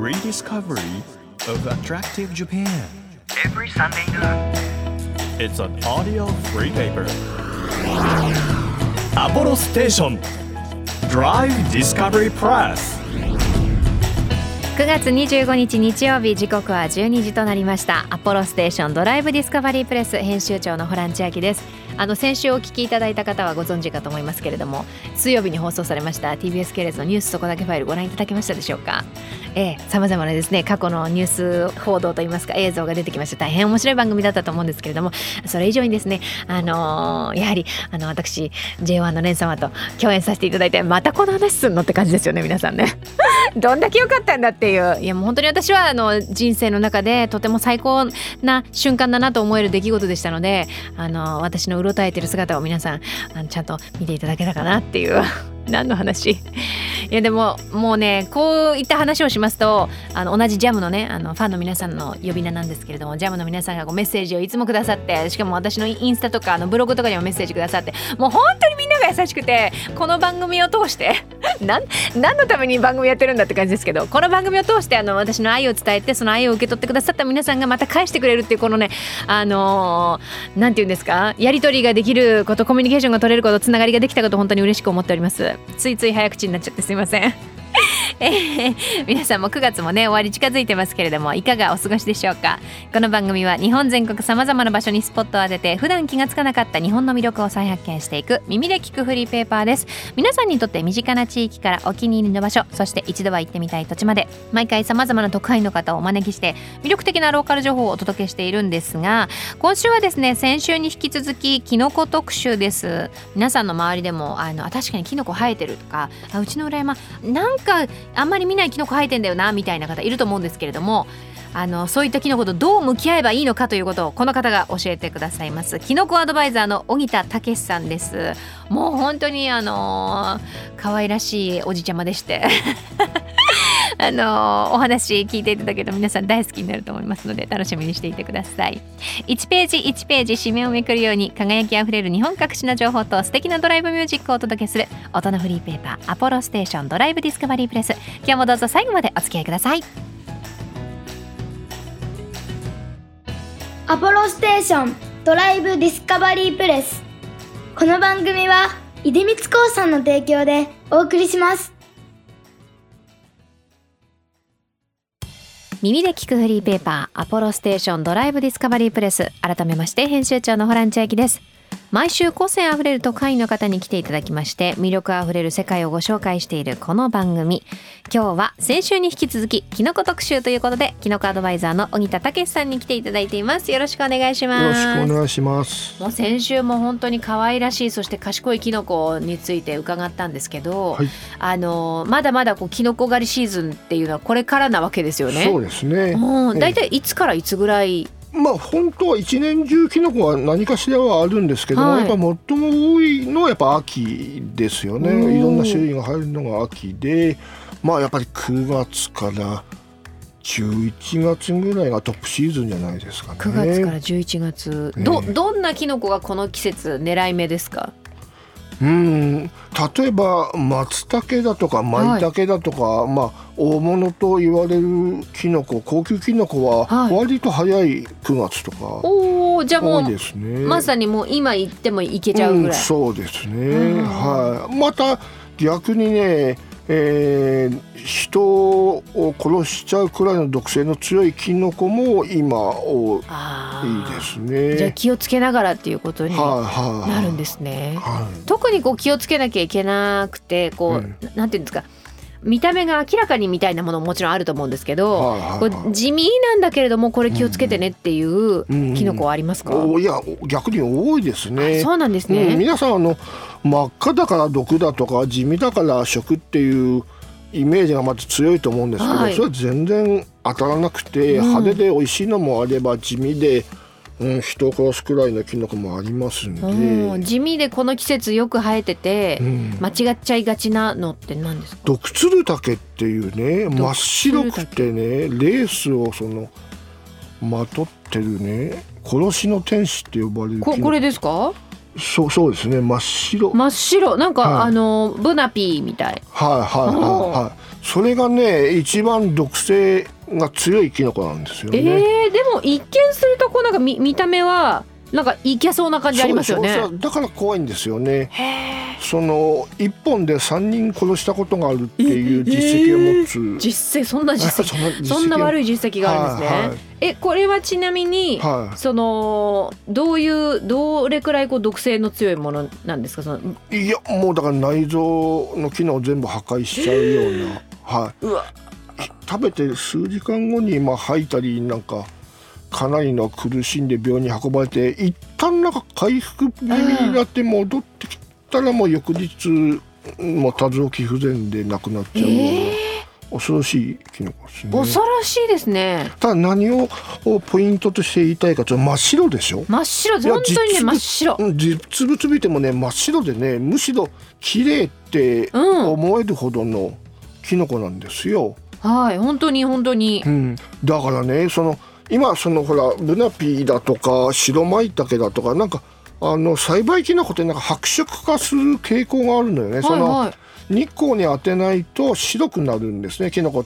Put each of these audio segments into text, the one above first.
rediscovery of attractive Japan. Every Sunday noon. It's an audio free paper. Apollo Station Drive Discovery Press 9月25日日曜日、時刻は12時となりました。アポロステーションドライブディスカバリープレス編集長のホラン千秋です。先週お聞きいただいた方はご存知かと思いますけれども、水曜日に放送されました TBS 系列のニュースそこだけファイルご覧いただけましたでしょうか。様々なですね、過去のニュース報道といいますか映像が出てきまして、大変面白い番組だったと思うんですけれども、それ以上にですね、やはり私 J1 のレン様と共演させていただいて、またこの話すんのって感じですよね、皆さんね。どんだけ良かったんだっていう、いやもう本当に私は人生の中でとても最高な瞬間だなと思える出来事でしたので、私のうろたえてる姿を皆さんちゃんと見ていただけたかなっていう何の話。いやでももうね、こういった話をしますと、同じジャムのねファンの皆さんの呼び名なんですけれども、ジャムの皆さんがメッセージをいつもくださって、しかも私のインスタとかブログとかにもメッセージくださって、もう本当にみんなが優しくて、この番組を通して何のために番組やってるんだって感じですけど、この番組を通して私の愛を伝えて、その愛を受け取ってくださった皆さんがまた返してくれるっていう、このねなんていうんですか、やり取りができること、コミュニケーションが取れること、つながりができたこと、本当に嬉しく思っております。ついつい早口になっちゃってすいません。皆さんも9月もね終わり近づいてますけれども、いかがお過ごしでしょうか。この番組は日本全国さまざまな場所にスポットを当てて、普段気がつかなかった日本の魅力を再発見していく耳で聞くフリーペーパーです。皆さんにとって身近な地域からお気に入りの場所、そして一度は行ってみたい土地まで、毎回さまざまな特派員の方をお招きして魅力的なローカル情報をお届けしているんですが、今週はですね、先週に引き続きキノコ特集です。皆さんの周りでも確かにキノコ生えてるとか、うちの裏山なんかあんまり見ないキノコ生えてんだよなみたいな方いると思うんですけれども、そういったキノコとどう向き合えばいいのかということをこの方が教えてくださいます。キノコアドバイザーの荻田武さんです。もう本当に可愛らしいおじちゃまでしてお話聞いていただけると皆さん大好きになると思いますので、楽しみにしていてください。1ページ1ページ紙面をめくるように輝きあふれる日本各地の情報と素敵なドライブミュージックをお届けする音のフリーペーパー、アポロステーションドライブディスカバリープレス。今日もどうぞ最後までお付き合いください。 アポロステーションドライブディスカバリープレス。この番組は出光興産の提供でお送りします。 耳で聞くフリーペーパー、アポロステーションドライブディスカバリープレス。改めまして編集長のホラン千秋です。毎週個性あふれる特派員の方に来ていただきまして、魅力あふれる世界をご紹介しているこの番組、今日は先週に引き続きキノコ特集ということで、キノコアドバイザーの荻田武さんに来ていただいています。よろしくお願いします。 よろしくお願いします。 もう先週も本当に可愛らしい、そして賢いキノコについて伺ったんですけど、はい、まだまだキノコ狩りシーズンっていうのはこれからなわけですよね。 そうですね。 だいたいいつからいつぐらい？ 本当は一年中キノコは何かしらはあるんですけども、やっぱ最も多いのはやっぱ秋ですよね。いろんな種類が入るのが秋で、やっぱり9月から11月ぐらいがトップシーズンじゃないですかね。 9月から11月、どんなキノコがこの季節狙い目ですか？ 例えば松茸だとか舞茸だとか、大物と言われるキノコ、高級キノコは割と早い9月とかじゃあもう多いですね。 まさにもう今行っても行けちゃうぐらい、 そうですね、また逆にね、人を殺しちゃうくらいの毒性の強いキノコも今多いですね。 じゃあ気をつけながらっていうことになるんですね。特に気をつけなきゃいけなくて、なんていうんですか、見た目が明らかにみたいなものももちろんあると思うんですけど、地味なんだけれどもこれ気をつけてねっていうキノコはありますか？ いや逆に多いですね。 そうなんですね。 皆さん真っ赤だから毒だとか地味だから食っていうイメージがまず強いと思うんですけど、それは全然当たらなくて、派手で美味しいのもあれば地味で、人を殺すくらいのキノコもありますんで。 地味でこの季節よく生えてて、間違っちゃいがちなのって何ですか？ ドクツルタケっていうね、真っ白くてねレースをまとってるね、殺しの天使って呼ばれるこれですか？ そうですね、真っ白なんか、ブナピーみたい。 それがね一番毒性が強いキノコなんですよね。 でも一見するとこうなんか 見た目はなんかいけそうな感じありますよね。 そうだから怖いんですよね。その1本で3人殺したことがあるっていう実績を持つ、 実績そんな実績そんな悪い実績があるんですね。これはちなみに、そのどれくらいこう毒性の強いものなんですか？ いやもうだから内臓の機能を全部破壊しちゃうような、うわ食べて数時間後に吐いたりなんかかなりの苦しんで病院に運ばれて一旦なんか回復気味になって戻ってきたらもう翌日もう多臓器不全で亡くなっちゃうような、恐ろしいキノコですね。 恐ろしいですね。 ただ何をポイントとして言いたいかというと真っ白でしょ。 真っ白本当にね真っ白。 実物見てもね真っ白でねむしろ綺麗って思えるほどのキノコなんですよ。 はい本当に本当に、 だからね今ほらブナピーだとか白舞茸だとかなんか栽培キノコってなんか白色化する傾向があるのよね。日光に当てないと白くなるんですねキノコって。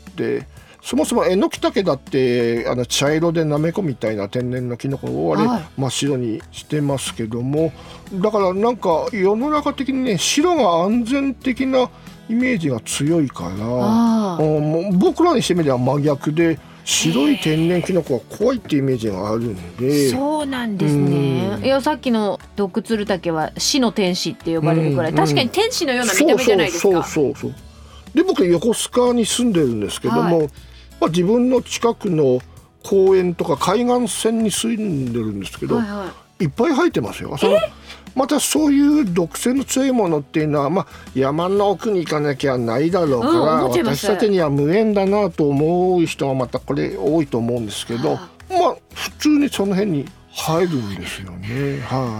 そもそもエノキタケだって茶色でなめこみたいな天然のキノコを真っ白にしてますけども、だからなんか世の中的にね白が安全的なイメージが強いからもう僕らにしてみれば真逆で白い天然キノコは怖いってイメージがあるんで。そうなんですね。いやさっきのドクツルタケは死の天使って呼ばれるくらい、確かに天使のような見た目じゃないですか。そうで僕横須賀に住んでるんですけども、自分の近くの公園とか海岸線に住んでるんですけど、いっぱい生えてますよ。またそういう毒性の強いものっていうのは、山の奥に行かなきゃないだろうから、私たちには無縁だなと思う人がまたこれ多いと思うんですけど、普通にその辺に生えるんですよね。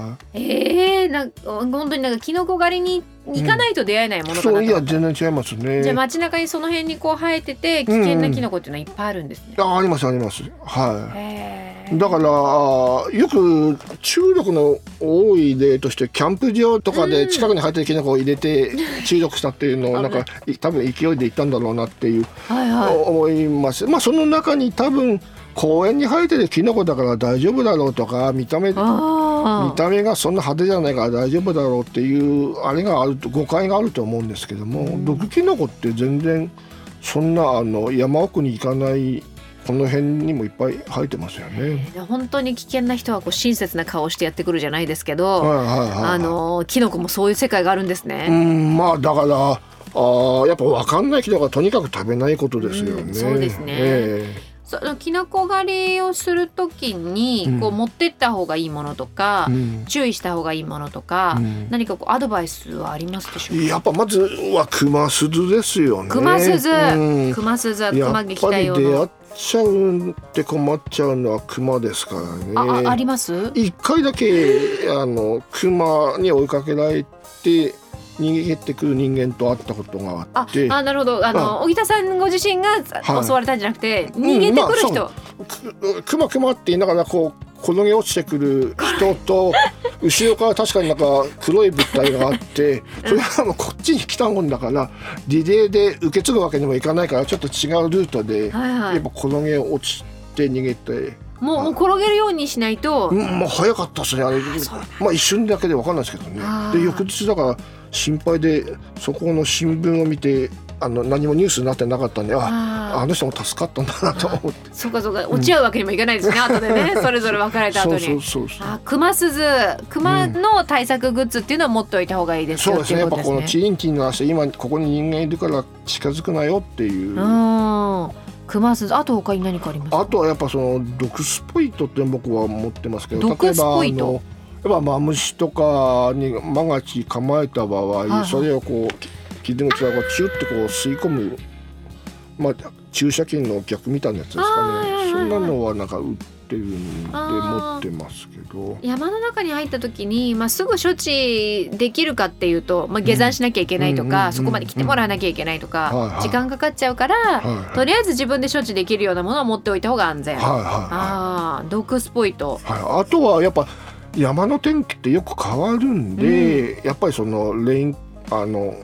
本当になんかキノコ狩りに行かないと出会えないものかなと思った。いや全然違いますね。じゃあ街中にその辺にこう生えてて危険なキノコっていうのはいっぱいあるんですね。ありますあります。だからよく中毒の多い例としてキャンプ場とかで近くに生えてるキノコを入れて中毒したっていうのをなんか多分勢いでいったんだろうなっていう思います。その中に多分公園に生えてるキノコだから大丈夫だろうとか見た目がそんな派手じゃないから大丈夫だろうっていうあれがあると誤解があると思うんですけども、毒キノコって全然そんな山奥に行かないこの辺にもいっぱい生えてますよね。本当に危険な人はこう親切な顔をしてやってくるじゃないですけど、キノコもそういう世界があるんですね。だからやっぱ分かんないキノコはとにかく食べないことですよね。そうですね。キノコ狩りをするときにこう持ってった方がいいものとか、注意した方がいいものとか、何かこうアドバイスはありますでしょうか？やっぱまずはクマスズですよね。クマスズはクマ撃退用の。やっぱり出会っちゃうって困っちゃうのはクマですからね。あります？一回だけクマに追いかけられて逃げてくる人間と会ったことがあって。なるほど。小木田さんご自身が襲われたんじゃなくて、逃げてくる人、クマクマって言いながらこう転げ落ちてくる人と後ろから確かになんか黒い物体があってこれはもうこっちに来たもんだからリレーで受け継ぐわけにもいかないからちょっと違うルートでやっぱ転げ落ちて逃げて。もう転げるようにしないと。早かったですねあれ。一瞬だけで分かんないですけどね。で翌日だから心配でそこの新聞を見て何もニュースになってなかったんであの人も助かったんだなと思って。そうか落ち合うわけにもいかないですね後でねそれぞれ別れた後に。クマスズクマの対策グッズっていうのは持っておいた方がいいですよっていうことですね。やっぱこのチリンチンの足今ここに人間いるから近づくなよっていう。クマスズあと他に何かありますか？あとはやっぱその毒スポイトって僕は持ってますけど、例えばやっぱマムシとかにマガチ構えた場合、それをこう傷口からチュッてこう吸い込む、注射器の逆みたいなやつですかね。そんなのはなんか売ってるんで持ってますけど、山の中に入った時に、すぐ処置できるかっていうと、下山しなきゃいけないとか、そこまで来てもらわなきゃいけないとか、時間かかっちゃうから、とりあえず自分で処置できるようなものは持っておいた方が安全。毒スポイト。あとはやっぱ山の天気ってよく変わるんで、やっぱりその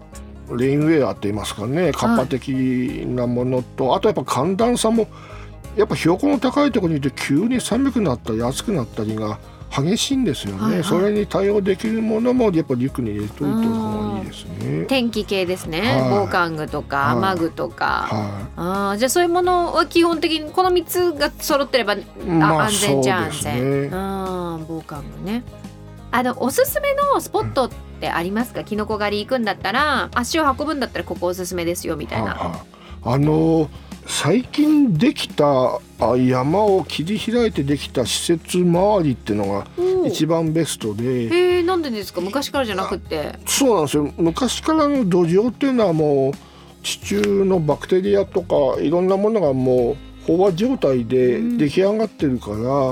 レインウェアって言いますかね、カッパ的なものと、あとやっぱ寒暖差もやっぱ標高の高いところにいて急に寒くなったり暑くなったりが激しいんですよね、それに対応できるものもやっぱリュックに入れといた方がいいですね。 天気系ですね、防寒具とか雨具とか、じゃあそういうものは基本的にこの3つが揃ってれば、安全じゃ安全、防寒具ね。おすすめのスポットってありますか？キノコ狩り行くんだったら、足を運ぶんだったらここおすすめですよみたいな。 最近できた山を切り開いてできた施設周りっていうのが一番ベストで。 なんでですか？昔からじゃなくて。 そうなんですよ。昔からの土壌っていうのはもう地中のバクテリアとかいろんなものがもう飽和状態で出来上がってるから、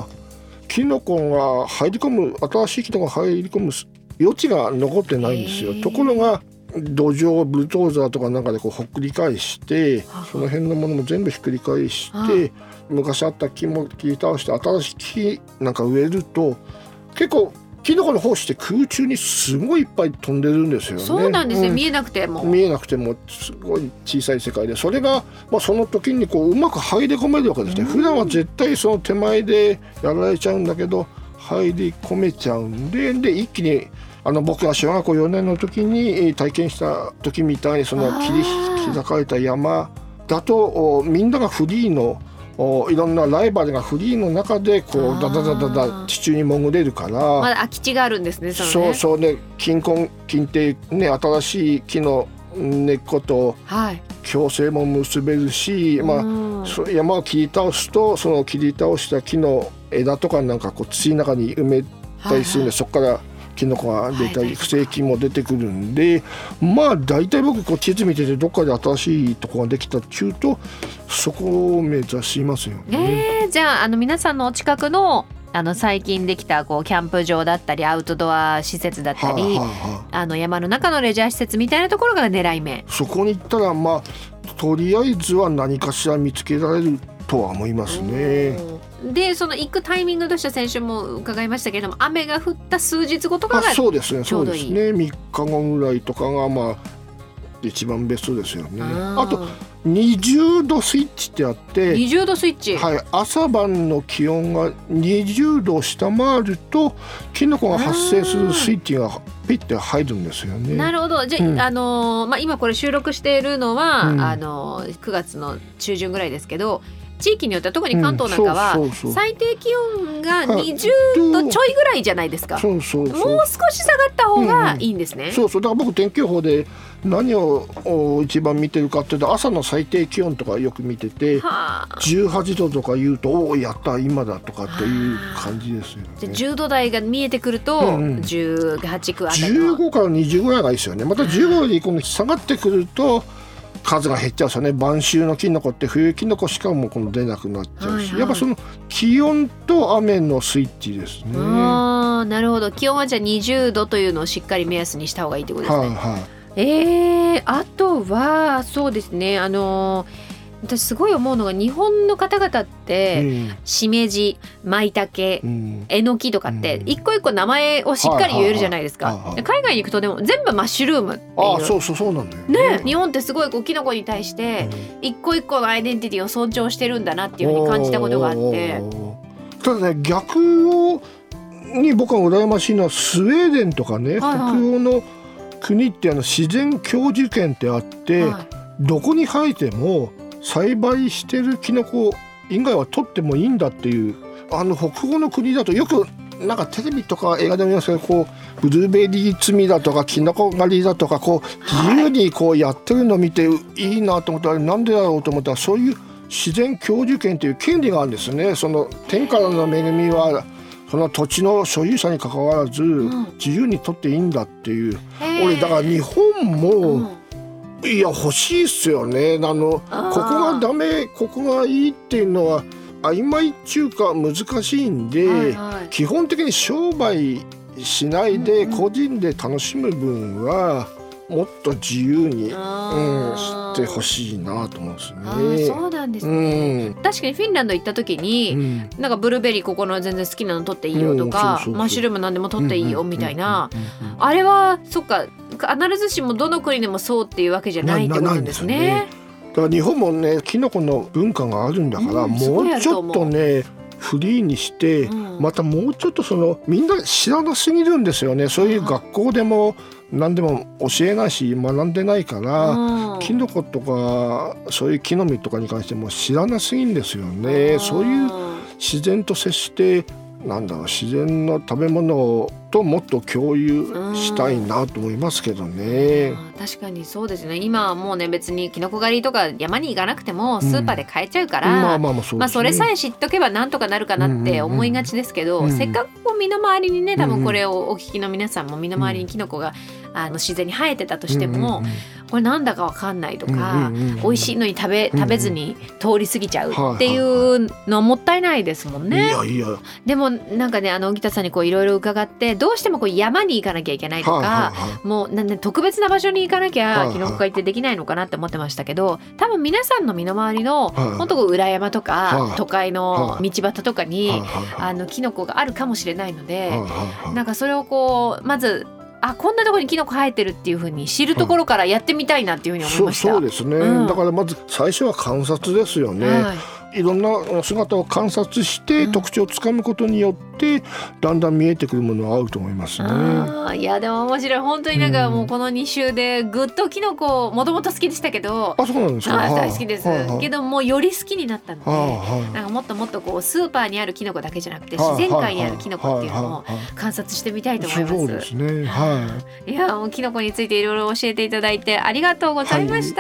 キノコが入り込む、新しいキノコが入り込む余地が残ってないんですよ。ところが土壌をブルドーザーとかなんかでこうほっくり返して、その辺のものも全部ひっくり返して、昔あった木も切り倒して新しい木なんか植えると、結構キノコの胞子って空中にすごいいっぱい飛んでるんですよね。 そうなんですね、見えなくてもすごい小さい世界で、それが、その時にこううまく入り込めるわけですね。普段は絶対その手前でやられちゃうんだけど入り込めちゃうんで、一気に僕が小学校4年の時に体験した時みたいに、その切り開かれた山だとみんながフリーのいろんなライバルがフリーの中でこうダダダダダ地中に潜れるから、 まだ空き地があるんですね。 そうね、近ってね、新しい木の根っこと共生も結べるし、山を切り倒すとその切り倒した木の枝とかなんかこう土の中に埋めたりするんで、そこからキノコが出たり、不正菌も出てくるんで、大体僕こう地図見ててどっかで新しいとこができたっていうとそこを目指しますよね。 じゃあ皆さんのお近くの最近できたこうキャンプ場だったりアウトドア施設だったり、山の中のレジャー施設みたいなところが狙い目。 そこに行ったらとりあえずは何かしら見つけられるとは思いますね。 でその行くタイミングとして先週も伺いましたけれども、雨が降った数日後とかがちょうどいい。 そうですね、3日後ぐらいとかが一番ベストですよね。あと20度スイッチってあって、 20度スイッチ、 朝晩の気温が20度を下回るとキノコが発生するスイッチがピッて入るんですよね。 なるほど。じゃあ、今これ収録しているのは、9月の中旬ぐらいですけど、地域によっては特に関東なんかは最低気温が20度ちょいぐらいじゃないですか。もう少し下がった方がいいんですね。 だから僕天気予報で何を一番見てるかっていうと、朝の最低気温とかよく見てて、18度とか言うとやった今だとかっていう感じですよね。 じゃあ10度台が見えてくると、18、9あたり 15から20ぐらいがいいですよね。また15より今度下がってくると数が減っちゃうんですよね。晩秋のキノコって冬キノコしかもう出なくなっちゃうし、やっぱその気温と雨のスイッチですね。 なるほど。気温はじゃあ20度というのをしっかり目安にした方がいいってことですね。あとはそうですね、私すごい思うのが、日本の方々ってしめじ、まいたけ、えのきとかって一個一個名前をしっかり言えるじゃないですか。海外に行くとでも全部マッシュルームっていう。 そうなんだよね。日本ってすごいこうキノコに対して一個一個のアイデンティティを尊重してるんだなっていうふうに感じたことがあって。 ただね、逆に僕が羨ましいのはスウェーデンとかね、北欧の国って自然享受権ってあって、どこに生えても栽培してるキノコ以外は取ってもいいんだっていう、北欧の国だとよくなんかテレビとか映画で見ますけど、こうブルーベリー摘みだとかキノコ狩りだとかこう自由にこうやってるのを見ていいなと思ったら、なんでだろうと思ったら、そういう自然享受権という権利があるんですね。その天からの恵みはその土地の所有者に関わらず自由に取っていいんだっていう。俺だから日本も、いや欲しいっすよね。ここがダメここがいいっていうのは曖昧っていうか難しいんで、基本的に商売しないで個人で楽しむ分はもっと自由に、してほしいなと思うんですね。 そうなんですね。確かにフィンランド行った時に、なんかブルーベリーここの全然好きなの取っていいよとか、マッシュルーム何でも取っていいよみたいな、あれはそっか必ずしもどの国でもそうっていうわけじゃないってことですね。 だから日本もねキノコの文化があるんだから、もうちょっとねフリーにして、またもうちょっとみんな知らなすぎるんですよね。そういう学校でも何でも教えないし学んでないから、キノコとかそういう木の実とかに関しても知らなすぎんですよね。そういう自然と接して自然の食べ物ともっと共有したいなと思いますけどね。 確かにそうですね。今はもうね別にキノコ狩りとか山に行かなくてもスーパーで買えちゃうから、それさえ知っとけばなんとかなるかなって思いがちですけど、せっかく身の回りにね多分これをお聞きの皆さんも身の回りにキノコが自然に生えてたとしても、これなんだかわかんないとか、美味しいのに食べずに通り過ぎちゃうっていうのはもったいないですもんね。でもなんかね荻田さんにいろいろ伺って、どうしても山に行かなきゃいけないとか、もう特別な場所に行かなきゃキノコ狩りってできないのかなって思ってましたけど、多分皆さんの身の回りの本当裏山とか都会の道端とかにキノコがあるかもしれないので、なんかそれをまずこんなところにキノコ生えてるっていう風に知るところからやってみたいなっていう風に思いました。 そうですね、だからまず最初は観察ですよね。いろんな姿を観察して特徴をつかむことによってだんだん見えてくるものは合うと思いますね。 いやでも面白い。本当になんかもうこの2週でぐっとキノコもともと好きでしたけど、 そうなんですか。 大好きですけどもうより好きになったので、なんかもっともっとスーパーにあるキノコだけじゃなくて自然界にあるキノコっていうのを観察してみたいと思います。 そうですね。 いやもうキノコについていろいろ教えていただいてありがとうございました。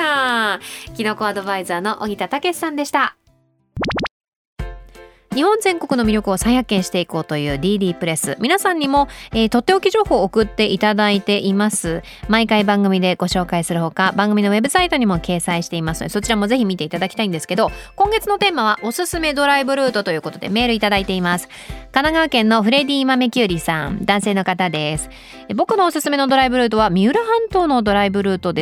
キノコアドバイザーの荻田武さんでした。日本全国の魅力を再発見していこうという DD プレス、皆さんにも、とっておき情報を送っていただいています。毎回番組でご紹介するほか、番組のウェブサイトにも掲載していますので、そちらもぜひ見ていただきたいんですけど、今月のテーマはおすすめドライブルートということでメールいただいています。神奈川県のフレディ豆きゅうりさん、男性の方です。僕のおすすめのドライブルートは三浦半島のドライブルートです。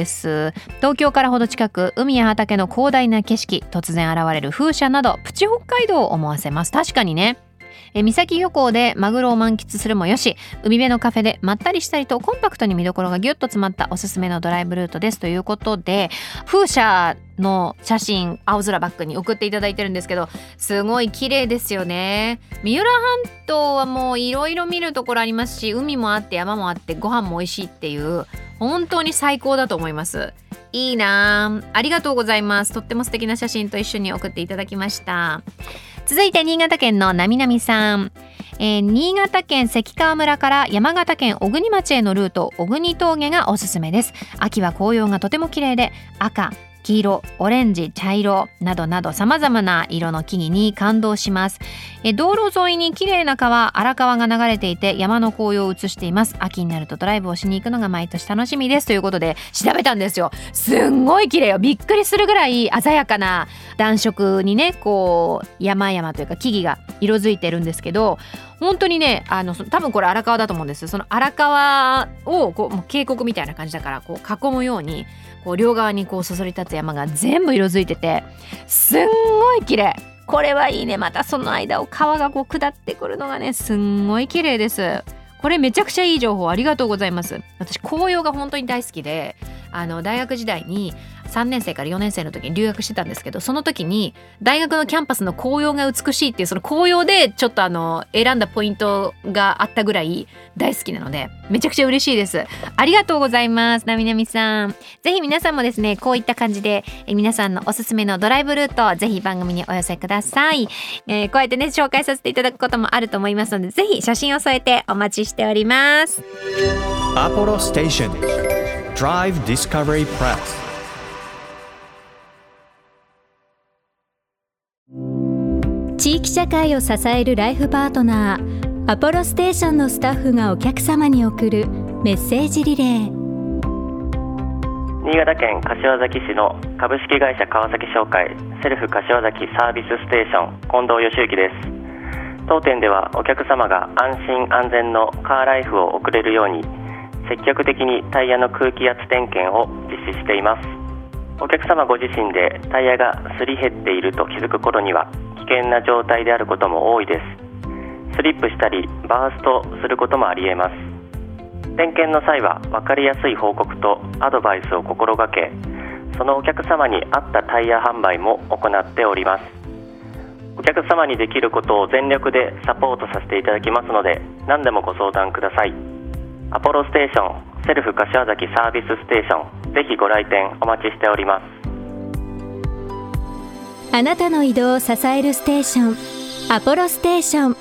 東京からほど近く、海や畑の広大な景色、突然現れる風車などプチ北海道を思わせます。確かにね。三崎漁港でマグロを満喫するもよし、海辺のカフェでまったりしたりとコンパクトに見どころがギュッと詰まったおすすめのドライブルートですということで、風車の写真青空バックに送っていただいてるんですけど、すごい綺麗ですよね。三浦半島はもういろいろ見るところありますし、海もあって山もあってご飯も美味しいっていう本当に最高だと思います。いいなあ、ありがとうございます。とっても素敵な写真と一緒に送っていただきました。続いて新潟県のなみなみさん、新潟県関川村から山形県小国町へのルート、小国峠がおすすめです。秋は紅葉がとても綺麗で、赤、黄色、オレンジ、茶色などなど様々な色の木々に感動します。道路沿いに綺麗な川、荒川が流れていて山の紅葉を映しています。秋になるとドライブをしに行くのが毎年楽しみですということで調べたんですよ。すんごい綺麗よ。びっくりするぐらい鮮やかな暖色にね、山々というか木々が色づいてるんですけど、本当にね、多分これ荒川だと思うんです。その荒川をもう渓谷みたいな感じだから囲むように両側にそそり立つ山が全部色づいてて、すんごい綺麗。これはいいね。またその間を川が下ってくるのがね、すんごい綺麗です。これめちゃくちゃいい情報ありがとうございます。私紅葉が本当に大好きで、大学時代に3年生から4年生の時に留学してたんですけど、その時に大学のキャンパスの紅葉が美しいっていう、その紅葉でちょっと選んだポイントがあったぐらい大好きなので、めちゃくちゃ嬉しいです。ありがとうございます。なみなみさん、ぜひ皆さんもですね、こういった感じで皆さんのおすすめのドライブルートをぜひ番組にお寄せください。こうやってね紹介させていただくこともあると思いますので、ぜひ写真を添えてお待ちしております。 アポロステーション Drive Discovery Press。 地域社会を支えるライフパートナー、アポロステーションのスタッフがお客様に送るメッセージリレー。 新潟県柏崎市の株式会社川崎商会セルフ柏崎サービスステーション、近藤義行です。当店ではお客様が安心安全のカーライフを送れるように、積極的にタイヤの空気圧点検を実施しています。お客様ご自身でタイヤがすり減っていると気づく頃には危険な状態であることも多いです。スリップしたりバーストすることもありえます。 点検の際は分かりやすい報告とアドバイスを心がけ、そのお客様に合ったタイヤ販売も行っております。お客様にできることを全力でサポートさせていただきますので、何でもご相談ください。アポロステーションセルフ柏崎サービスステーション、ぜひご来店お待ちしております。 あなたの移動を支えるステーション、アポロステーション。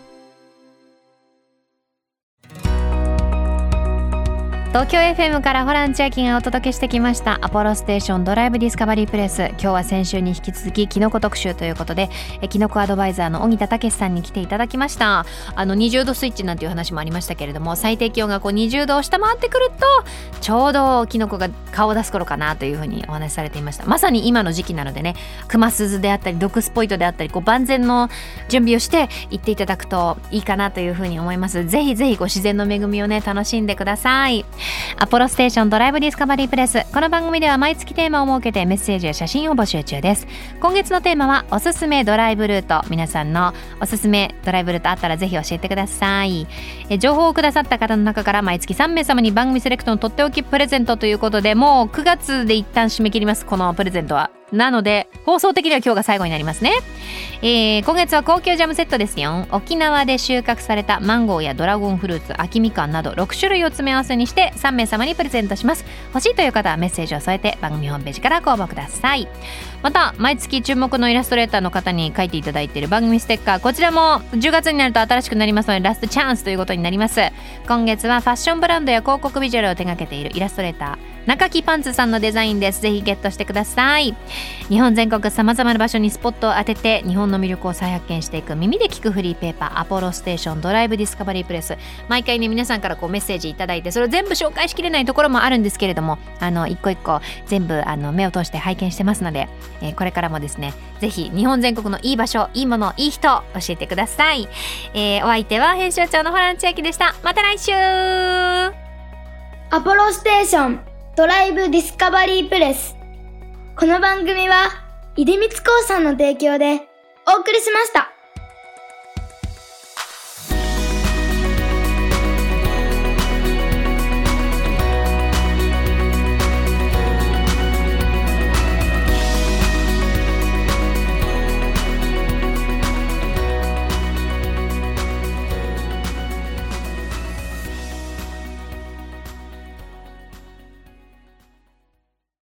東京 FM からホラン千秋がお届けしてきましたアポロステーションドライブディスカバリープレス。今日は先週に引き続きキノコ特集ということで、キノコアドバイザーの荻田武さんに来ていただきました。20度スイッチなんていう話もありましたけれども、最低気温が20度を下回ってくるとちょうどキノコが顔を出す頃かなというふうにお話しされていました。まさに今の時期なのでね、クマスズであったり毒スポイトであったり、万全の準備をして行っていただくといいかなというふうに思います。ぜひぜひ自然の恵みをね楽しんでください。アポロステーションドライブディスカバリープレス。この番組では毎月テーマを設けてメッセージや写真を募集中です。今月のテーマはおすすめドライブルート。皆さんのおすすめドライブルートあったらぜひ教えてください。情報をくださった方の中から毎月3名様に番組セレクトのとっておきプレゼントということで、もう9月で一旦締め切ります。このプレゼントはなので放送的には今日が最後になりますね。今月は高級ジャムセットですよ。沖縄で収穫されたマンゴーやドラゴンフルーツ、秋みかんなど6種類を詰め合わせにして3名様にプレゼントします。欲しいという方はメッセージを添えて番組ホームページからご応募ください。また毎月注目のイラストレーターの方に書いていただいている番組ステッカー、こちらも10月になると新しくなりますのでラストチャンスということになります。今月はファッションブランドや広告ビジュアルを手掛けているイラストレーター中木パンツさんのデザインです。ぜひゲットしてください。日本全国さまざまな場所にスポットを当てて日本の魅力を再発見していく耳で聞くフリーペーパー、アポロステーションドライブディスカバリープレス。毎回ね皆さんからメッセージいただいて、それを全部紹介しきれないところもあるんですけれども、一個一個全部目を通して拝見してますので、これからもですねぜひ日本全国のいい場所、いいもの、いい人教えてください。お相手は編集長のホラン千秋でした。また来週。 アポロステーションドライブディスカバリープレス。この番組は出光興産の提供でお送りしました。